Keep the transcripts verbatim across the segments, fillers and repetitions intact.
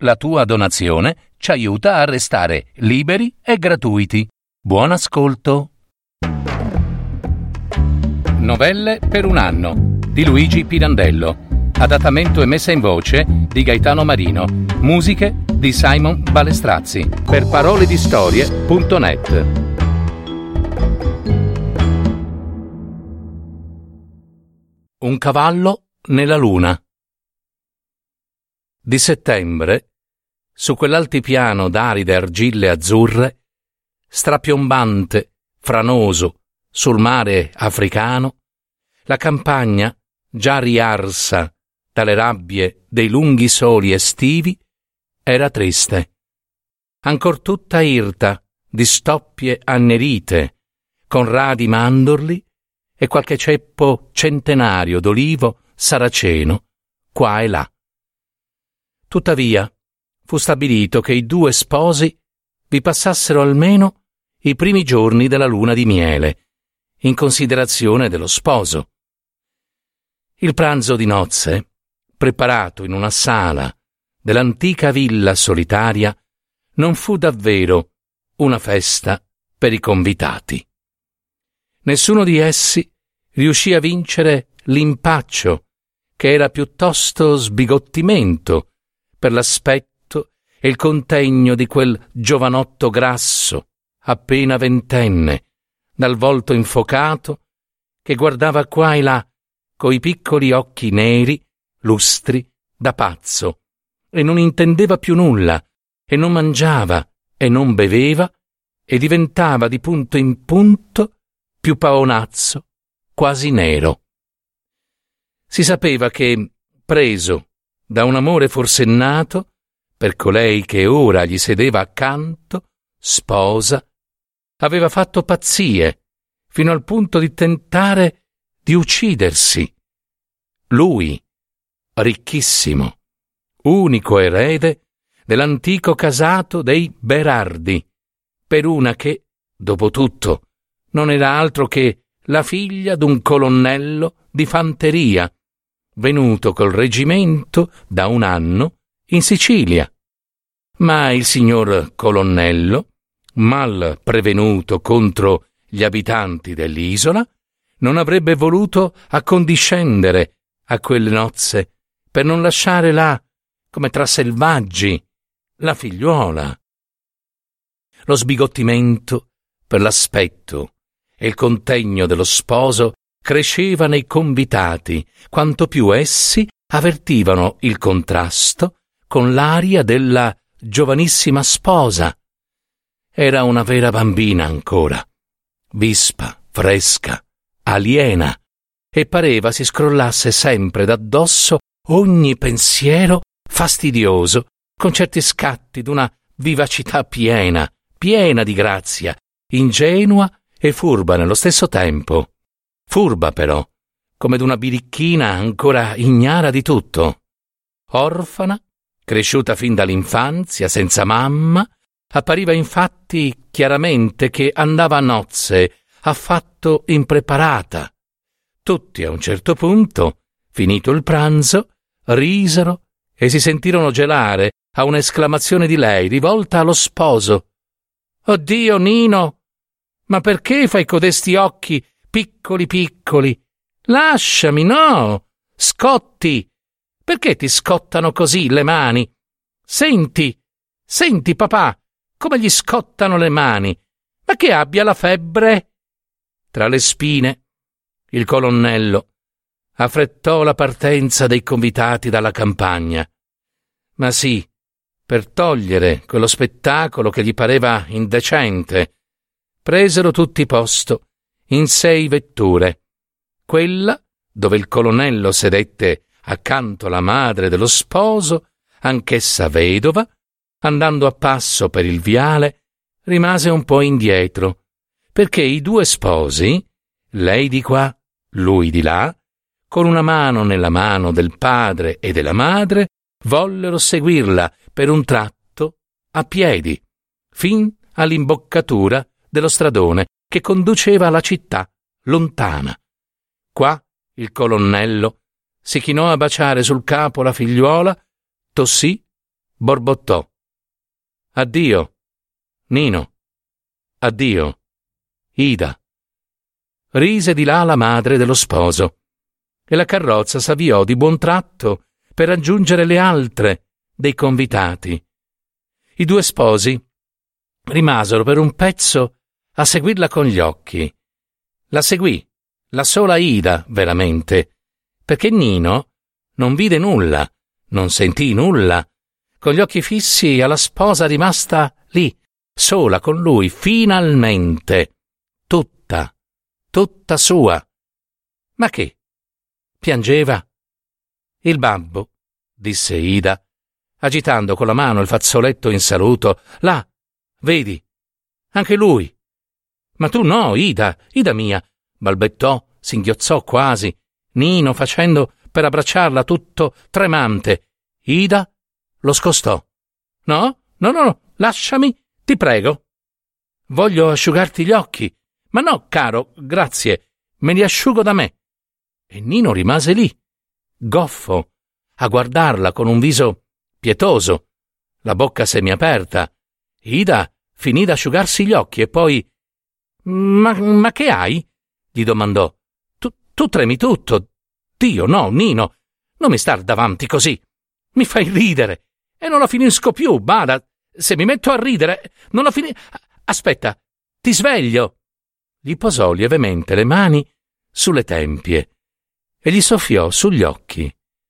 La tua donazione ci aiuta a restare liberi e gratuiti. Buon ascolto. Novelle per un anno di Luigi Pirandello. Adattamento e messa in voce di Gaetano Marino. Musiche di Simon Balestrazzi. Per paroledistorie punto net. Un cavallo nella luna. Di settembre, su quell'altipiano d'aride argille azzurre, strapiombante, franoso, sul mare africano, la campagna, già riarsa dalle rabbie dei lunghi soli estivi, era triste. Ancor tutta irta di stoppie annerite, con radi mandorli e qualche ceppo centenario d'olivo saraceno, qua e là. Tuttavia, fu stabilito che i due sposi vi passassero almeno i primi giorni della luna di miele, in considerazione dello sposo. Il pranzo di nozze, preparato in una sala dell'antica villa solitaria, non fu davvero una festa per i convitati. Nessuno di essi riuscì a vincere l'impaccio, che era piuttosto sbigottimento per l'aspetto e il contegno di quel giovanotto grasso, appena ventenne, dal volto infocato, che guardava qua e là coi piccoli occhi neri, lustri, da pazzo, e non intendeva più nulla, e non mangiava, e non beveva, e diventava di punto in punto più paonazzo, quasi nero. Si sapeva che, preso da un amore forsennato, per colei che ora gli sedeva accanto, sposa, aveva fatto pazzie, fino al punto di tentare di uccidersi. Lui, ricchissimo, unico erede dell'antico casato dei Berardi, per una che, dopo tutto, non era altro che la figlia d'un colonnello di fanteria, venuto col reggimento da un anno in Sicilia. Ma il signor colonnello, mal prevenuto contro gli abitanti dell'isola, non avrebbe voluto accondiscendere a quelle nozze per non lasciare là, come tra selvaggi, la figliuola. Lo sbigottimento per l'aspetto e il contegno dello sposo cresceva nei convitati, quanto più essi avvertivano il contrasto con l'aria della giovanissima sposa. Era una vera bambina ancora, vispa, fresca, aliena, e pareva si scrollasse sempre d'addosso ogni pensiero fastidioso, con certi scatti d'una vivacità piena, piena di grazia, ingenua e furba nello stesso tempo. Furba però, come d'una birichina ancora ignara di tutto. Orfana, cresciuta fin dall'infanzia, senza mamma, appariva infatti chiaramente che andava a nozze, affatto impreparata. Tutti a un certo punto, finito il pranzo, risero e si sentirono gelare a un'esclamazione di lei rivolta allo sposo. «Oddio, Nino! Ma perché fai codesti occhi piccoli piccoli? Lasciami, no! Scotti! Perché ti scottano così le mani? Senti, senti papà, come gli scottano le mani! Ma che abbia la febbre?» Tra le spine, il colonnello affrettò la partenza dei convitati dalla campagna. Ma sì, per togliere quello spettacolo che gli pareva indecente, presero tutti posto in sei vetture. Quella dove il colonnello sedette accanto alla madre dello sposo, anch'essa vedova, andando a passo per il viale, rimase un po' indietro, perché i due sposi, lei di qua, lui di là, con una mano nella mano del padre e della madre, vollero seguirla per un tratto a piedi, fin all'imboccatura dello stradone che conduceva alla città lontana. Qua il colonnello si chinò a baciare sul capo la figliuola, tossì borbottò: «Addio, Nino, addio, Ida». Rise di là la madre dello sposo e la carrozza s'avviò di buon tratto per raggiungere le altre dei convitati. I due sposi rimasero per un pezzo a seguirla con gli occhi. La seguì la sola Ida veramente, perché Nino non vide nulla, non sentì nulla, con gli occhi fissi alla sposa rimasta lì, sola con lui, finalmente, tutta, tutta sua. Ma che? Piangeva? Il babbo, disse Ida, agitando con la mano il fazzoletto in saluto. Là, vedi, anche lui. Ma tu no, Ida, Ida mia, balbettò, singhiozzò quasi, Nino facendo per abbracciarla tutto tremante. Ida lo scostò. No, no, no, no, lasciami, ti prego. Voglio asciugarti gli occhi. Ma no, caro, grazie, me li asciugo da me. E Nino rimase lì, goffo, a guardarla con un viso pietoso, la bocca semiaperta. Ida finì d'asciugarsi gli occhi e poi... Ma, ma che hai? Gli domandò. Tu, tu tremi tutto. Dio, no, Nino, non mi star davanti così. Mi fai ridere e non la finisco più, bada. Se mi metto a ridere, non la finisco... Aspetta, ti sveglio. Gli posò lievemente le mani sulle tempie e gli soffiò sugli occhi.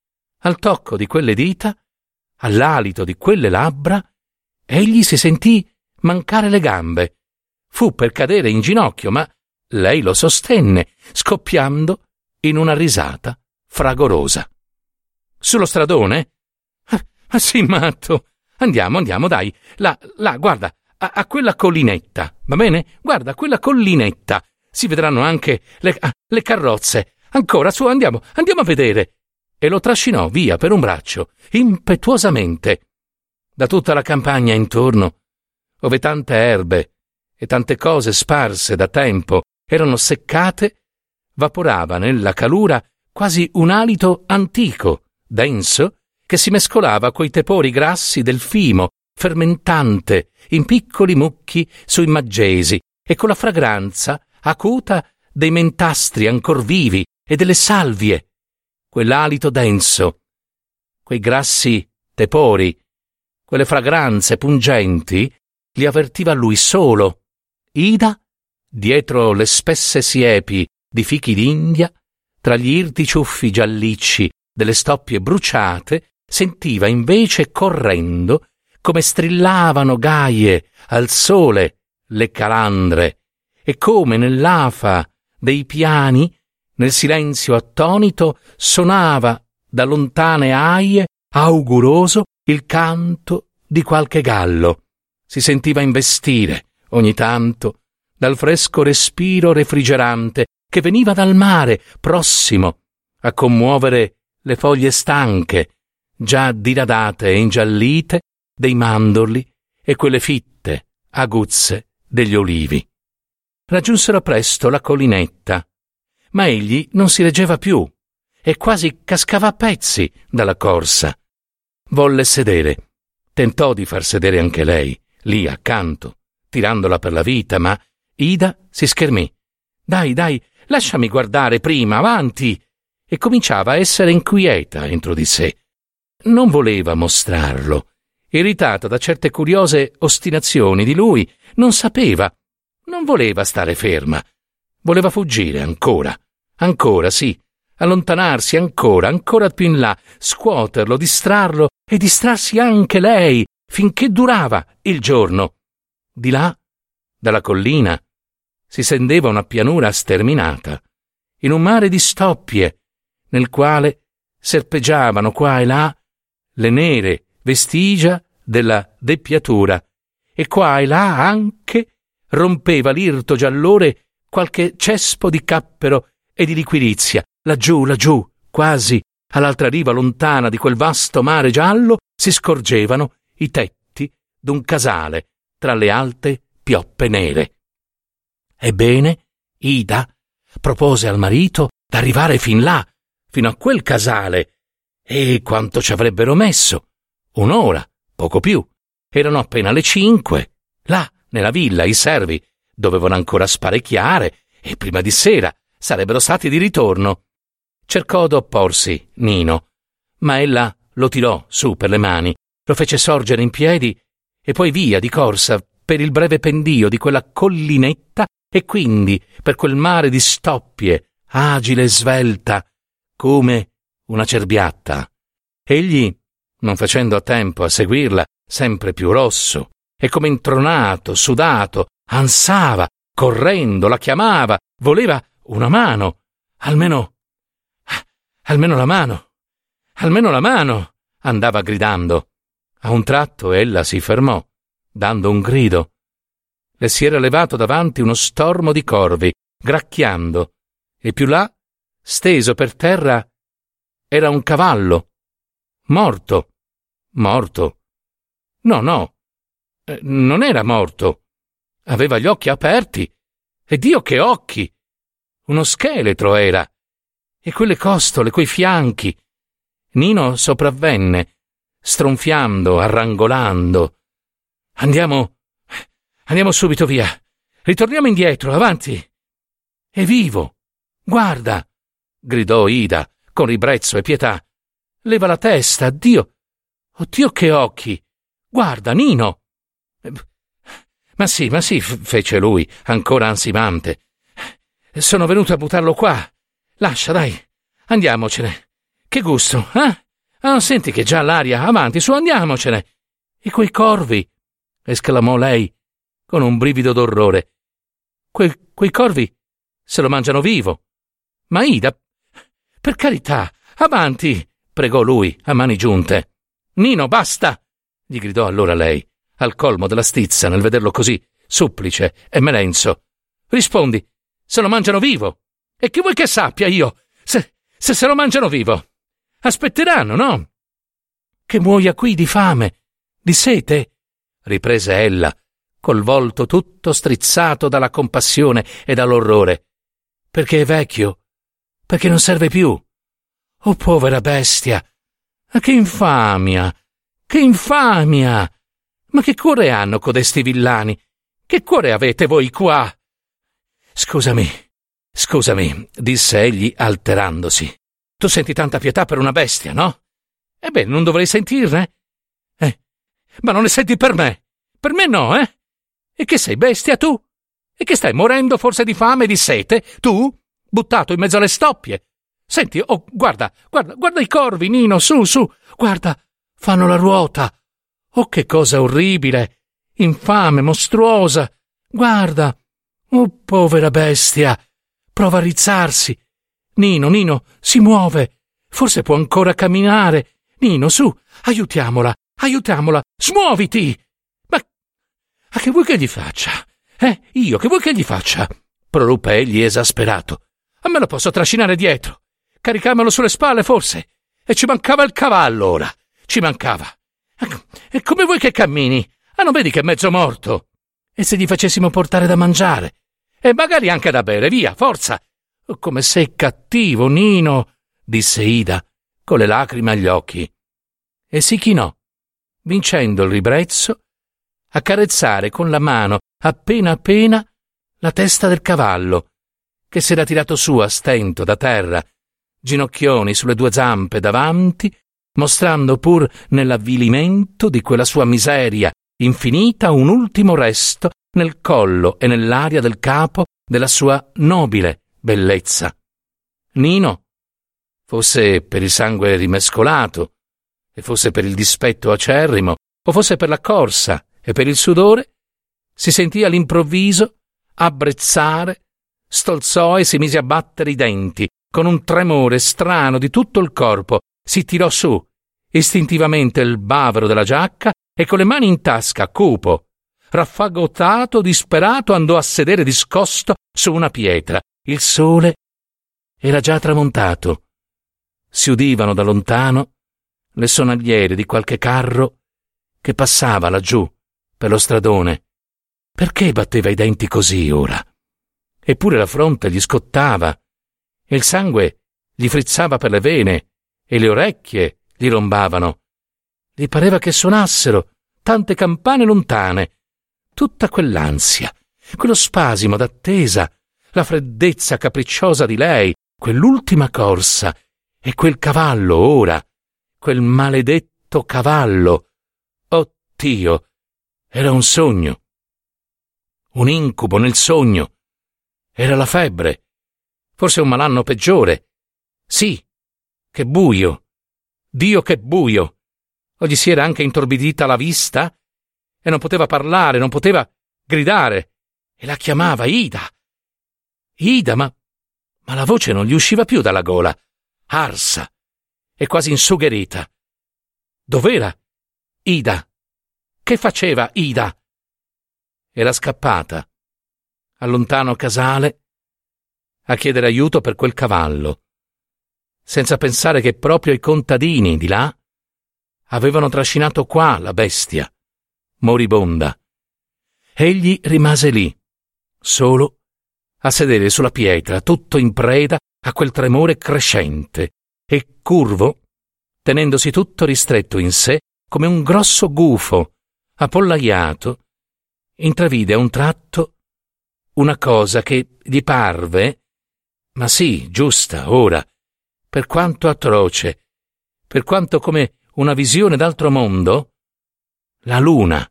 Al tocco di quelle dita, all'alito di quelle labbra, egli si sentì mancare le gambe. Fu per cadere in ginocchio, ma lei lo sostenne, scoppiando in una risata fragorosa. Sullo stradone? Ah, ah sì, matto. Andiamo, andiamo, dai. Là, là, guarda, a, a quella collinetta, va bene? Guarda, a quella collinetta. Si vedranno anche le, ah, le carrozze. Ancora, su, andiamo, andiamo a vedere. E lo trascinò via per un braccio, impetuosamente. Da tutta la campagna intorno, ove tante erbe e tante cose sparse da tempo erano seccate, vaporava nella calura quasi un alito antico, denso, che si mescolava coi tepori grassi del fimo, fermentante, in piccoli mucchi sui maggesi, e con la fragranza acuta dei mentastri ancor vivi e delle salvie. Quell'alito denso, quei grassi tepori, quelle fragranze pungenti, li avvertiva lui solo. Ida, dietro le spesse siepi di fichi d'India, tra gli irti ciuffi giallicci delle stoppie bruciate, sentiva invece correndo come strillavano gaie al sole le calandre e come nell'afa dei piani, nel silenzio attonito, sonava da lontane aie auguroso il canto di qualche gallo. Si sentiva investire ogni tanto dal fresco respiro refrigerante che veniva dal mare prossimo a commuovere le foglie stanche, già diradate e ingiallite dei mandorli e quelle fitte aguzze degli olivi. Raggiunsero presto la collinetta, ma egli non si reggeva più e quasi cascava a pezzi dalla corsa. Volle sedere, tentò di far sedere anche lei, lì accanto, tirandola per la vita, ma Ida si schermì. «Dai, dai, lasciami guardare prima, avanti!» E cominciava a essere inquieta entro di sé. Non voleva mostrarlo. Irritata da certe curiose ostinazioni di lui, non sapeva, non voleva stare ferma. Voleva fuggire ancora, ancora, sì, allontanarsi ancora, ancora più in là, scuoterlo, distrarlo e distrarsi anche lei, finché durava il giorno. Di là, dalla collina, si scendeva una pianura sterminata, in un mare di stoppie, nel quale serpeggiavano qua e là le nere vestigia della deppiatura, e qua e là anche rompeva l'irto giallore qualche cespo di cappero e di liquirizia. Laggiù, laggiù, quasi all'altra riva lontana di quel vasto mare giallo, si scorgevano i tetti d'un casale tra le alte pioppe nere. Ebbene, Ida propose al marito d'arrivare fin là, fino a quel casale, e quanto ci avrebbero messo? Un'ora, poco più. Erano appena le cinque. Là, nella villa, i servi dovevano ancora sparecchiare e prima di sera sarebbero stati di ritorno. Cercò d'opporsi Nino, ma ella lo tirò su per le mani, lo fece sorgere in piedi e poi via di corsa per il breve pendio di quella collinetta e quindi per quel mare di stoppie, agile e svelta, come una cerbiatta. Egli, non facendo a tempo a seguirla, sempre più rosso e come intronato, sudato, ansava, correndo, la chiamava, voleva una mano, almeno, almeno la mano, almeno la mano, andava gridando. A un tratto ella si fermò, dando un grido. Le si era levato davanti uno stormo di corvi, gracchiando, e più là, steso per terra, era un cavallo, morto, morto. No, no, eh, non era morto. Aveva gli occhi aperti, e Dio che occhi! Uno scheletro era, e quelle costole, quei fianchi. Nino sopravvenne, stronfiando, arrangolando. Andiamo, andiamo subito via. Ritorniamo indietro, avanti. È vivo. Guarda, gridò Ida, con ribrezzo e pietà. Leva la testa, Dio. Oddio che occhi. Guarda, Nino. Ma sì, ma sì, fece lui, ancora ansimante. Sono venuto a buttarlo qua. Lascia, dai. Andiamocene. Che gusto, eh? Ah, senti che già l'aria, avanti, su, andiamocene. E quei corvi, esclamò lei, con un brivido d'orrore. Que, quei corvi se lo mangiano vivo. Ma Ida, per carità, avanti, pregò lui, a mani giunte. Nino, basta, gli gridò allora lei, al colmo della stizza nel vederlo così, supplice e melenso. Rispondi, se lo mangiano vivo. E che vuoi che sappia io, se, se se lo mangiano vivo? Aspetteranno, no? Che muoia qui di fame, di sete, riprese ella, col volto tutto strizzato dalla compassione e dall'orrore. Perché è vecchio, perché non serve più. Oh, povera bestia! Che infamia! Che infamia! Ma che cuore hanno codesti villani? Che cuore avete voi qua? Scusami, scusami, disse egli alterandosi. Tu senti tanta pietà per una bestia, no? Ebbene, non dovrei sentirne? Eh, ma non ne senti per me? Per me no, eh? E che sei bestia tu? E che stai morendo forse di fame e di sete? Tu? Buttato in mezzo alle stoppie? Senti, oh, guarda, guarda, guarda i corvi, Nino, su, su, guarda, fanno la ruota. Oh, che cosa orribile, infame, mostruosa. Guarda, oh, povera bestia, prova a rizzarsi. Nino, Nino, si muove, forse può ancora camminare. Nino, su, aiutiamola, aiutiamola, smuoviti! Ma, ma che vuoi che gli faccia? Eh, io, che vuoi che gli faccia? Proruppe egli esasperato. A me lo posso trascinare dietro, caricamelo sulle spalle forse. E ci mancava il cavallo ora, ci mancava. E come vuoi che cammini? Ah, non vedi che è mezzo morto? E se gli facessimo portare da mangiare? E magari anche da bere, via, forza! Oh, come sei cattivo, Nino, disse Ida, con le lacrime agli occhi. E si chinò, vincendo il ribrezzo, a carezzare con la mano appena appena la testa del cavallo, che s'era tirato su a stento da terra, ginocchioni sulle due zampe davanti, mostrando pur nell'avvilimento di quella sua miseria infinita un ultimo resto nel collo e nell'aria del capo della sua nobile bellezza. Nino, fosse per il sangue rimescolato, e fosse per il dispetto acerrimo, o fosse per la corsa e per il sudore, si sentì all'improvviso abbrezzare, stolzò e si mise a battere i denti, con un tremore strano di tutto il corpo, si tirò su, istintivamente il bavero della giacca e con le mani in tasca, cupo, raffagottato, disperato, andò a sedere discosto su una pietra. Il sole era già tramontato. Si udivano da lontano le sonagliere di qualche carro che passava laggiù per lo stradone. Perché batteva i denti così ora? Eppure la fronte gli scottava e il sangue gli frizzava per le vene e le orecchie gli rombavano. Gli pareva che suonassero tante campane lontane. Tutta quell'ansia, quello spasimo d'attesa, la freddezza capricciosa di lei, quell'ultima corsa e quel cavallo ora, quel maledetto cavallo. Oh Dio, era un sogno, un incubo nel sogno. Era la febbre, forse un malanno peggiore. Sì, che buio, Dio che buio. O gli si era anche intorbidita la vista e non poteva parlare, non poteva gridare, e la chiamava Ida. Ida, ma, ma la voce non gli usciva più dalla gola, arsa e quasi insugherita. Dov'era Ida? Che faceva Ida? Era scappata al lontano casale a chiedere aiuto per quel cavallo, senza pensare che proprio i contadini di là avevano trascinato qua la bestia, moribonda. Egli rimase lì, solo, a sedere sulla pietra, tutto in preda a quel tremore crescente, e curvo, tenendosi tutto ristretto in sé come un grosso gufo, appollaiato, intravide a un tratto una cosa che gli parve, ma sì, giusta, ora, per quanto atroce, per quanto come una visione d'altro mondo, la luna.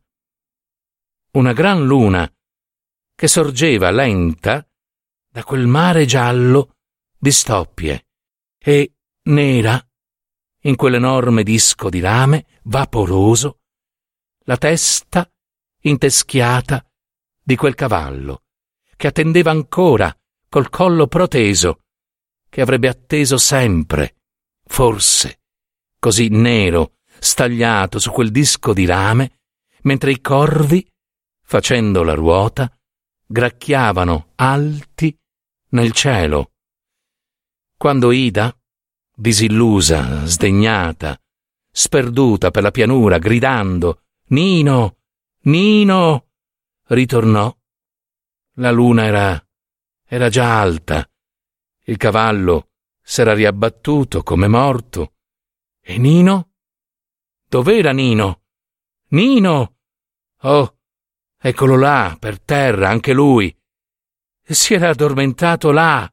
Una gran luna che sorgeva lenta da quel mare giallo di stoppie e nera in quell'enorme disco di rame vaporoso, la testa inteschiata di quel cavallo che attendeva ancora col collo proteso, che avrebbe atteso sempre, forse, così nero, stagliato su quel disco di rame, mentre i corvi, facendo la ruota, gracchiavano alti nel cielo. Quando Ida, disillusa, sdegnata, sperduta per la pianura, gridando «Nino! Nino!», ritornò, la luna era, era già alta, il cavallo s'era riabbattuto come morto, e Nino? Dov'era Nino? Nino! Oh, eccolo là, per terra, anche lui. Si era addormentato là.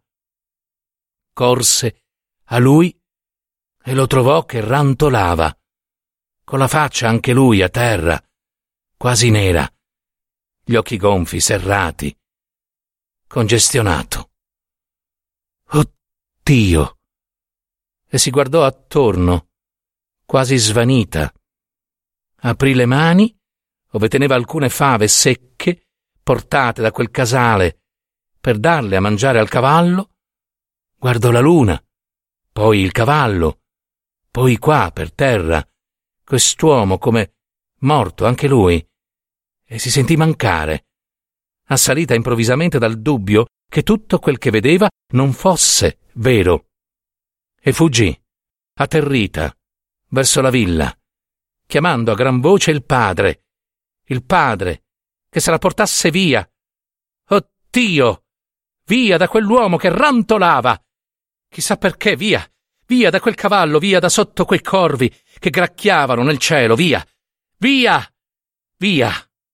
Corse a lui e lo trovò che rantolava, con la faccia anche lui a terra, quasi nera, gli occhi gonfi, serrati, congestionato. Oh Dio! E si guardò attorno, quasi svanita. Aprì le mani, ove teneva alcune fave secche, portate da quel casale, per darle a mangiare al cavallo, guardò la luna, poi il cavallo, poi qua, per terra, quest'uomo come morto anche lui, e si sentì mancare, assalita improvvisamente dal dubbio che tutto quel che vedeva non fosse vero, e fuggì, atterrita, verso la villa, chiamando a gran voce il padre, il padre, che se la portasse via. Oh Dio! Via da quell'uomo che rantolava! Chissà perché, via! Via da quel cavallo, via da sotto quei corvi che gracchiavano nel cielo, via! Via! Via!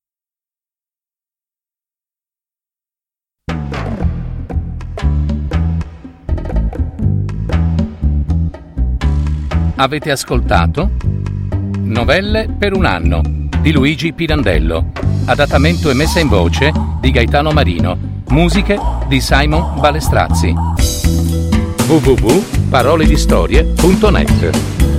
Avete ascoltato Novelle per un anno di Luigi Pirandello, adattamento e messa in voce di Gaetano Marino, musiche di Simon Balestrazzi. w w w punto paroledistorie punto net